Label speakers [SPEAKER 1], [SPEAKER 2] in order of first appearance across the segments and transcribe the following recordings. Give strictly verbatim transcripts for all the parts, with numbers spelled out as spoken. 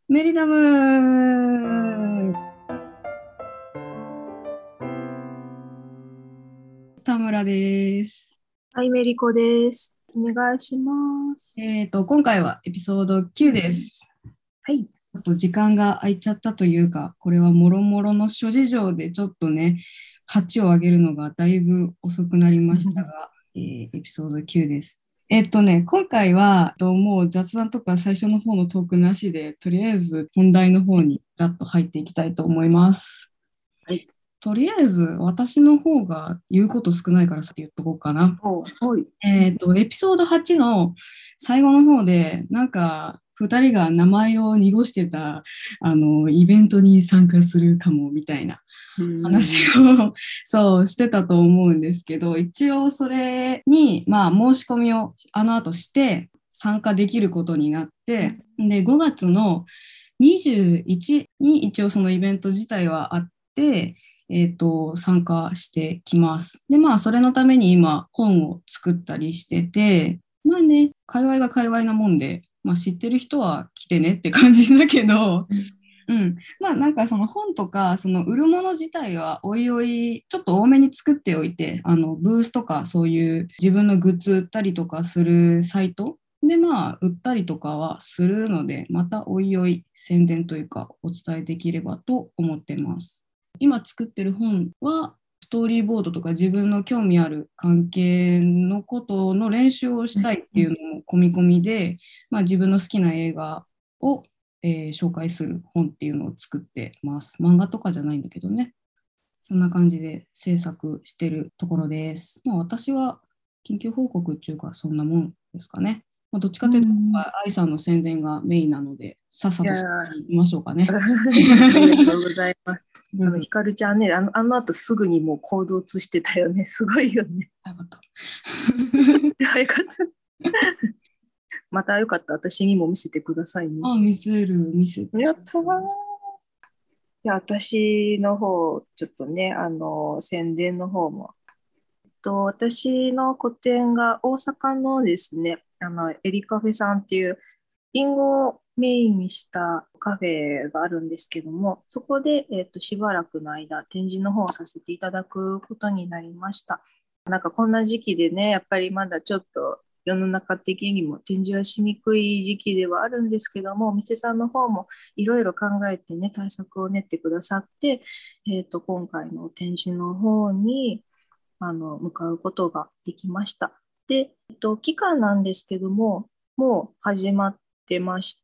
[SPEAKER 1] メリダム田村です。
[SPEAKER 2] はい、メリコです。お願いします。
[SPEAKER 1] えっと、今回はエピソードきゅう
[SPEAKER 2] うん、
[SPEAKER 1] です。
[SPEAKER 2] はい。
[SPEAKER 1] ちょっと時間が空いちゃったというか、これはもろもろの諸事情でちょっとね、はちを上げるのがだいぶ遅くなりましたが、えーエピソードきゅうです。えっとね、今回は、えっともう雑談とか最初の方のトークなしで、とりあえず本題の方にガッと入っていきたいと思います。
[SPEAKER 2] はい。
[SPEAKER 1] とりあえず私の方が言うこと少ないからさって言っとこうかな。
[SPEAKER 2] お、はい。
[SPEAKER 1] えっと、エピソードはちの最後の方で、なんか、二人が名前を濁してた、あの、イベントに参加するかも、みたいな
[SPEAKER 2] うんうんうん。
[SPEAKER 1] 話を、そう、してたと思うんですけど、一応それに、まあ、申し込みをあの後して参加できることになって、で、ごがつのにじゅういちにちに一応そのイベント自体はあって、えっと、参加してきます。で、まあ、それのために今、本を作ったりしてて、まあね、界隈が界隈なもんで、まあ、知ってる人は来てねって感じだけど、うん。まあなんかその本とかその売るもの自体はおいおいちょっと多めに作っておいて、あのブースとかそういう自分のグッズ売ったりとかするサイトでまあ売ったりとかはするので、またおいおい宣伝というかお伝えできればと思ってます。今作ってる本はストーリーボードとか自分の興味ある関係のことの練習をしたいっていうのも込み込みで、まあ、自分の好きな映画をえー紹介する本っていうのを作ってます。漫画とかじゃないんだけどね。そんな感じで制作してるところです。まあ、私は緊急報告っていうかそんなもんですかね。まあ、どっちか
[SPEAKER 2] う
[SPEAKER 1] というと、
[SPEAKER 2] ん。
[SPEAKER 1] 愛さんの宣伝がメインなので、さっさ
[SPEAKER 2] いや
[SPEAKER 1] と行
[SPEAKER 2] ー、
[SPEAKER 1] きましょうかね。
[SPEAKER 2] ありがとうございます。あの、
[SPEAKER 1] どうぞ。
[SPEAKER 2] ひかるちゃんね、あの、あの後すぐにもう行動移してたよね。すごいよね。
[SPEAKER 1] あよかった。
[SPEAKER 2] 早かった。またよかった。私にも見せてくださいね。
[SPEAKER 1] あ、見せる、見せる。
[SPEAKER 2] やったー。じゃあ、私の方、ちょっとね、あの、宣伝の方も。えっと、私の個展が大阪のですね、あの、エリカフェさんっていうリンゴをメインにしたカフェがあるんですけども、そこで、えっと、しばらくの間、展示の方をさせていただくことになりました。なんかこんな時期でね、やっぱりまだちょっと世の中的にも展示はしにくい時期ではあるんですけども、お店さんの方もいろいろ考えてね、対策を練ってくださって、えっと、今回の展示の方にあの向かうことができました。で、えっと、期間なんですけども、もう始まってまして、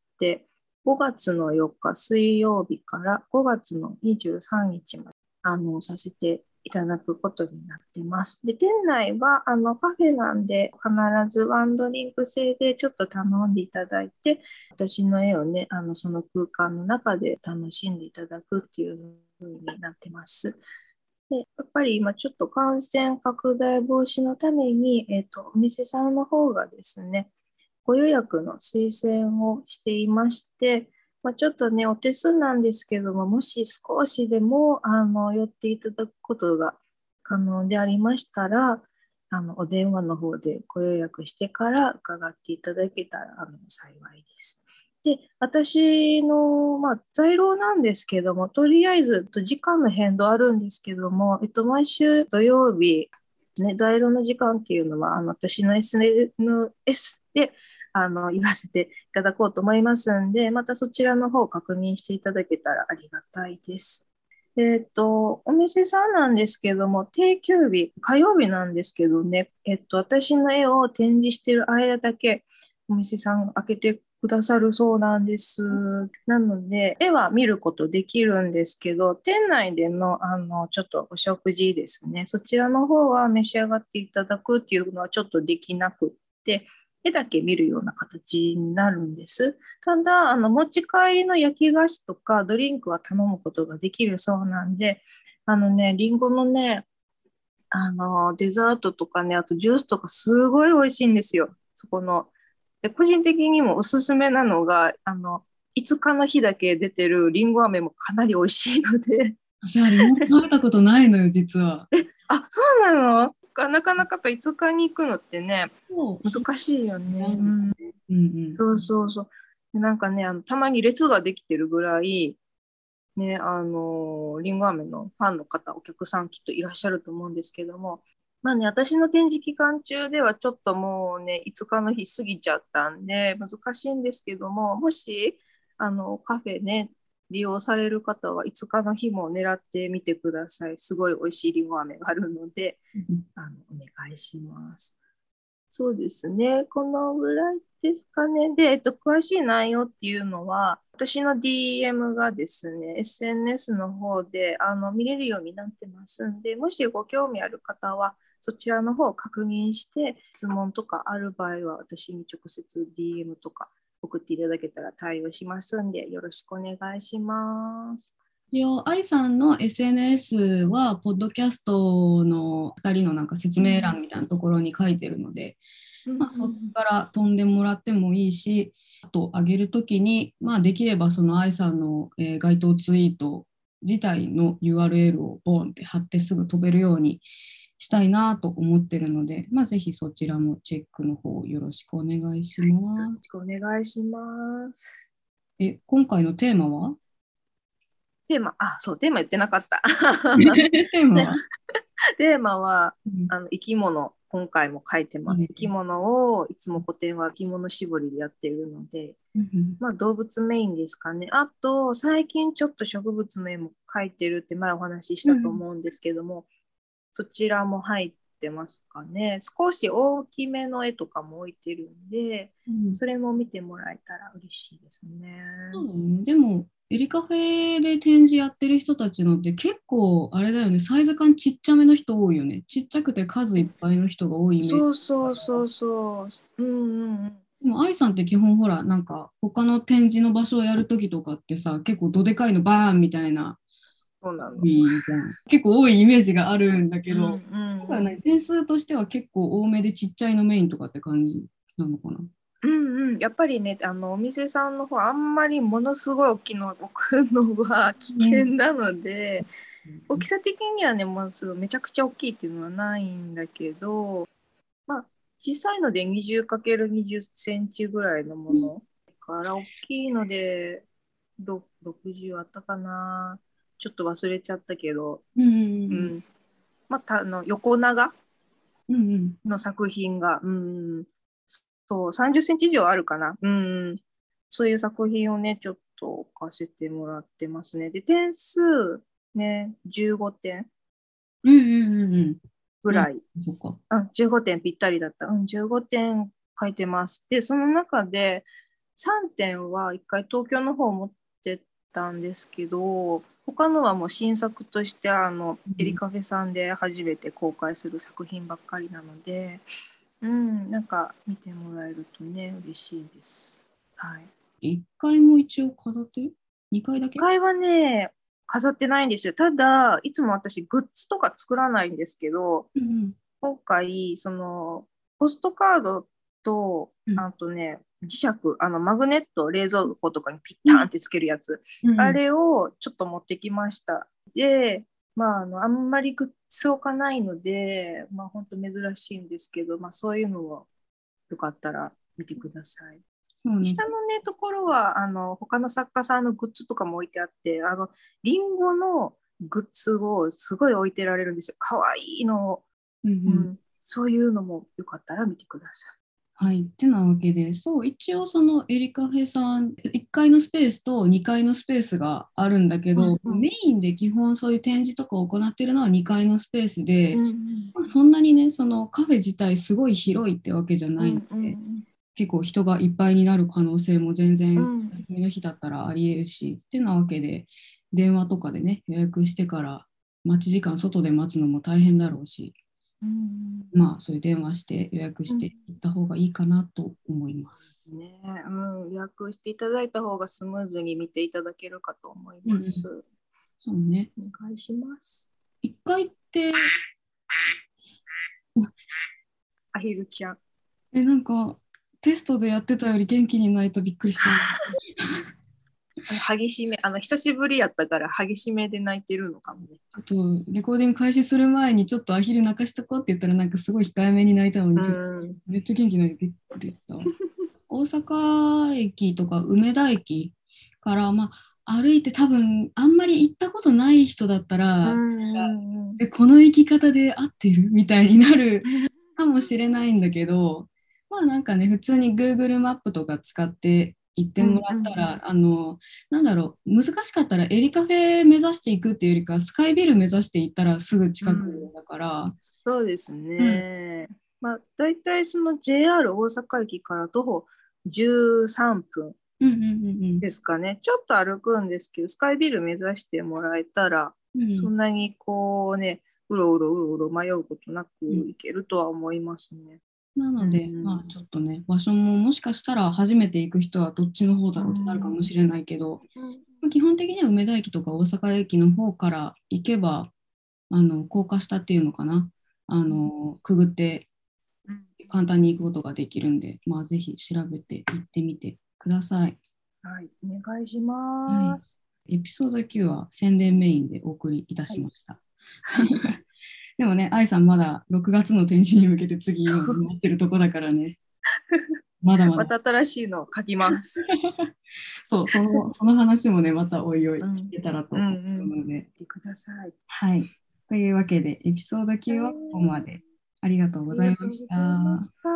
[SPEAKER 2] ごがつのよっか水曜日からごがつのにじゅうさんにちまであのさせていただくことになってます。で、店内はあのカフェなんで必ずワンドリンク制でちょっと頼んでいただいて、私の絵をね、あのその空間の中で楽しんでいただくっていう風になってます。で、やっぱり今ちょっと感染拡大防止のために、えっと、お店さんの方がですね、ご予約の推薦をしていまして、まあ、ちょっとね、お手数なんですけども、もし少しでも、あの、寄っていただくことが可能でありましたら、あの、お電話の方でご予約してから伺っていただけたら、あの、幸いです。で、私の、まあ、在廊なんですけども、とりあえず、と時間の変動あるんですけども、えっと、毎週土曜日、ね、在廊の時間っていうのは、あの、私の エスエヌエス で、あの、言わせていただこうと思いますんで、またそちらの方を確認していただけたらありがたいです。えっと、お店さんなんですけども、定休日、火曜日なんですけどね、えっと、私の絵を展示している間だけ、お店さんが開けてくださるそうなんです。なので、絵は見ることできるんですけど、店内での、あの、ちょっとお食事ですね、そちらの方は召し上がっていただくっていうのはちょっとできなくって、絵だけ見るような形になるんです。ただ、あの、持ち帰りの焼き菓子とかドリンクは頼むことができるそうなんで、あのね、リンゴのね、あの、デザートとかね、あとジュースとかすごい美味しいんですよ。そこの。で、個人的にもおすすめなのが、あの、いつかの日だけ出てるリンゴ飴もかなり美味しいので。
[SPEAKER 1] 私あれ、も食べたことないのよ、実は。
[SPEAKER 2] あ、そうなのかなかなかやっぱいつかに行くのってね、
[SPEAKER 1] そう、そう
[SPEAKER 2] 難しいよね。
[SPEAKER 1] なんだ。
[SPEAKER 2] うん、
[SPEAKER 1] うんうん。
[SPEAKER 2] そうそうそう。 なんかね、あのたまに列ができてるぐらい、ね、あの、りんご飴のファンの方、お客さんきっといらっしゃると思うんですけども、まあね、私の展示期間中ではちょっともうね、いつかの日過ぎちゃったんで、難しいんですけども、もし、あの、カフェね、利用される方はいつかの日も狙ってみてください。すごい美味しいりんご飴があるので、あの、お願いします。そうですね。このぐらいですかね。で、えっと、詳しい内容っていうのは、私の ディーエム がですね、エスエヌエス の方であの見れるようになってますんで、もしご興味ある方は、そちらの方を確認して、質問とかある場合は、私に直接 ディーエム とか送っていただけたら対応しますんで、よろしくお願いします。
[SPEAKER 1] 一応、愛さんの エスエヌエス は、ポッドキャストのふたりのなんか説明欄みたいなところに書いてるので、
[SPEAKER 2] うん
[SPEAKER 1] まあ、そこから飛んでもらってもいいし、あと、上げるときに、まあ、できればその愛さんの、えー該当ツイート自体の ユーアールエル をボンって貼ってすぐ飛べるようにしたいなと思ってるので、まあ、ぜひそちらもチェックの方よろしくお願いします。よろし
[SPEAKER 2] くお願いします。
[SPEAKER 1] え、今回のテーマは
[SPEAKER 2] テーマ、あ、そう、テーマ言ってなかった。
[SPEAKER 1] テーマは
[SPEAKER 2] テーマは、
[SPEAKER 1] うん、
[SPEAKER 2] あの生き物、今回も書いてます。生き物をいつも古典は生き物絞りでやっているので、
[SPEAKER 1] うん、
[SPEAKER 2] まあ動物メインですかね。あと、最近ちょっと植物の絵も描いてるって前お話ししたと思うんですけども、そちらも入ってますかね。少し大きめの絵とかも置いてるんで、
[SPEAKER 1] うん、
[SPEAKER 2] それも見てもらえたら嬉しいですね。
[SPEAKER 1] そうだよね。でも、エリカフェで展示やってる人たちのって結構あれだよね、サイズ感ちっちゃめの人多いよね。ちっちゃくて数いっぱいの人が多いイメージ。
[SPEAKER 2] そうそうそうそう。うんうんうん。
[SPEAKER 1] でも、愛さんって基本ほら、なんか他の展示の場所をやるときとかってさ、結構どでかいのバーンみたいな、
[SPEAKER 2] そうなの。
[SPEAKER 1] いいじゃん。結構多いイメージがあるんだけ
[SPEAKER 2] うん
[SPEAKER 1] ど、
[SPEAKER 2] うんうん。
[SPEAKER 1] だからね、点数としては結構多めでちっちゃいのメインとかって感じなのかな。
[SPEAKER 2] うんうん、やっぱりね、あのお店さんの方、あんまりものすごい大きいのを置くのは危
[SPEAKER 1] うん。
[SPEAKER 2] 険なので、大きさ的にはね、もうすぐめちゃくちゃ大きいっていうのはないんだけど、まあ、小さいので にじゅうかけるにじゅっセンチぐらいのものから大きいのでろろくじゅうあったかな。ちょっと忘れちゃったけど、
[SPEAKER 1] うん。
[SPEAKER 2] うん。まあ、たあの横長
[SPEAKER 1] うんうん。
[SPEAKER 2] の作品が、うん、そう、さんじゅっセンチ以上あるかな。うん、そういう作品をね、ちょっと置かせてもらってますね。で、点数、ね、じゅうごてん
[SPEAKER 1] うんうんうんうん。な
[SPEAKER 2] ぐらい。
[SPEAKER 1] そっか。
[SPEAKER 2] うん、じゅうごてんぴったりだった。うん、じゅうごてん書いてます。で、その中でさんてんはいっかい東京の方持ってったんですけど、他のはもう新作としてあのエリカフェさんで初めて公開する作品ばっかりなので、うん、なんか見てもらえるとね、嬉しいです。はい。
[SPEAKER 1] いっかいも一応飾ってる？ に 回だ
[SPEAKER 2] 1
[SPEAKER 1] け？
[SPEAKER 2] 階はね、飾ってないんですよ。ただ、いつも私グッズとか作らないんですけど、
[SPEAKER 1] うん
[SPEAKER 2] 今回、その、ポストカードと、
[SPEAKER 1] うん。
[SPEAKER 2] あとね、磁石、あの、マグネット、冷蔵庫とかにピッ
[SPEAKER 1] うん
[SPEAKER 2] タンってつけるやつ、あ
[SPEAKER 1] うん。
[SPEAKER 2] れをちょっと持ってきました。で、まあ、あの、あんまりグッズ置かないので、まあ、本当珍しいんですけど、まあ、そういうのをよかったら見てください。
[SPEAKER 1] そうね。
[SPEAKER 2] 下のね、ところは、あの、他の作家さんのグッズとかも置いてあって、あの、リンゴのグッズをすごい置いてられるんですよ。かわいいのを。
[SPEAKER 1] うんうん。
[SPEAKER 2] うん。そういうのもよかったら見てくださ
[SPEAKER 1] はい。ってなわけで、そう、一応そのエリカフェさん、いっかいのスペースとにかいのスペースがあるんだけ
[SPEAKER 2] い。うん
[SPEAKER 1] ど、
[SPEAKER 2] うん。
[SPEAKER 1] メインで基本そういう展示とかを行っているのはにかいのスペースで、
[SPEAKER 2] うんうん
[SPEAKER 1] まあそんなにね、そのカフェ自体すごい広いってわけじゃ
[SPEAKER 2] う
[SPEAKER 1] ないので、
[SPEAKER 2] んうん
[SPEAKER 1] 結構人がいっぱいになる可能性も全然、
[SPEAKER 2] うん
[SPEAKER 1] 休みの日だったらありえるし、ってなわけで、電話とかでね、予約してから待ち時間外で待つのも大変だろうし、
[SPEAKER 2] うん
[SPEAKER 1] まあ、そういう電話して予約
[SPEAKER 2] うん。
[SPEAKER 1] していった方がいいかなと思います。
[SPEAKER 2] ね、うん、予約していただいた方がスムーズに見ていただけるかと思い
[SPEAKER 1] うんうん、
[SPEAKER 2] ます。
[SPEAKER 1] そうね。
[SPEAKER 2] お願いします。
[SPEAKER 1] 一回って、
[SPEAKER 2] アヒルちゃん。
[SPEAKER 1] え、なんか、テストでやってたより元気にないとびっくりした。
[SPEAKER 2] あの激しめ、あの久しぶりやったから激しめで泣いてるのかもね。
[SPEAKER 1] あと、レコーディング開始する前にちょっとアヒル泣かしとこうって言ったら、なんかすごい控えめに泣いたのに、
[SPEAKER 2] う
[SPEAKER 1] ちょっと
[SPEAKER 2] ん。
[SPEAKER 1] めっちゃ元気ないでびっくりした。 大阪駅とか梅田駅から、まあ、歩いて多分あんまり行ったことない人だったら、
[SPEAKER 2] うんうんうん
[SPEAKER 1] でこの行き方で合ってるみたいになるかもしれないんだけど、まあなんかね、普通に Google マップとか使って行ってもらったら、あの、なんだろう、難しかったらエリカフェ目指していくっていうよりか、スカイビル目指していったらすぐ近く
[SPEAKER 2] うん
[SPEAKER 1] だから、
[SPEAKER 2] そうです
[SPEAKER 1] うん、
[SPEAKER 2] ね。まあ、大体その ジェイアール 大阪駅から徒歩じゅうさんぷん
[SPEAKER 1] うんうんうん
[SPEAKER 2] ですかね。ちょっと歩くんですけど、スカイビル目指してもらえたら、
[SPEAKER 1] うんうん。
[SPEAKER 2] そんなにこうね、うろうろうろうろ迷うことなく
[SPEAKER 1] うん、
[SPEAKER 2] 行けるとは思いますね。
[SPEAKER 1] な
[SPEAKER 2] う
[SPEAKER 1] ので、まあ
[SPEAKER 2] ん。
[SPEAKER 1] ちょっとね、場所ももしかしたら初めて行く人はどっちの方だ
[SPEAKER 2] う
[SPEAKER 1] ろうってなるか
[SPEAKER 2] ん。
[SPEAKER 1] もしれないけど、
[SPEAKER 2] うん
[SPEAKER 1] まあ基本的には梅田駅とか大阪駅の方から行けば、あの高架下っていうのかな、あのくぐって
[SPEAKER 2] うん
[SPEAKER 1] 簡単に行くことができるんで、まあ、ぜひ調べて行ってみてください。
[SPEAKER 2] はい、お願いし
[SPEAKER 1] はい。
[SPEAKER 2] ます。
[SPEAKER 1] エピソードきゅうは宣伝メインでお送りいた
[SPEAKER 2] はい。
[SPEAKER 1] しました。
[SPEAKER 2] はい。
[SPEAKER 1] でもね、愛さんまだろくがつの展示に向けて次今
[SPEAKER 2] そう
[SPEAKER 1] 待ってるとこだからね、まだまだ。
[SPEAKER 2] また新しいのを書きます。
[SPEAKER 1] そう、その、その話もね、またおいおい聞
[SPEAKER 2] うん。
[SPEAKER 1] けたらと
[SPEAKER 2] うん
[SPEAKER 1] 思
[SPEAKER 2] うん。
[SPEAKER 1] うので。
[SPEAKER 2] 見てください。
[SPEAKER 1] はい。というわけで、エピソード
[SPEAKER 2] は
[SPEAKER 1] きゅうはここま
[SPEAKER 2] い。
[SPEAKER 1] で。ありがとう
[SPEAKER 2] あ
[SPEAKER 1] ございまし
[SPEAKER 2] りがとうございま
[SPEAKER 1] た。
[SPEAKER 2] した。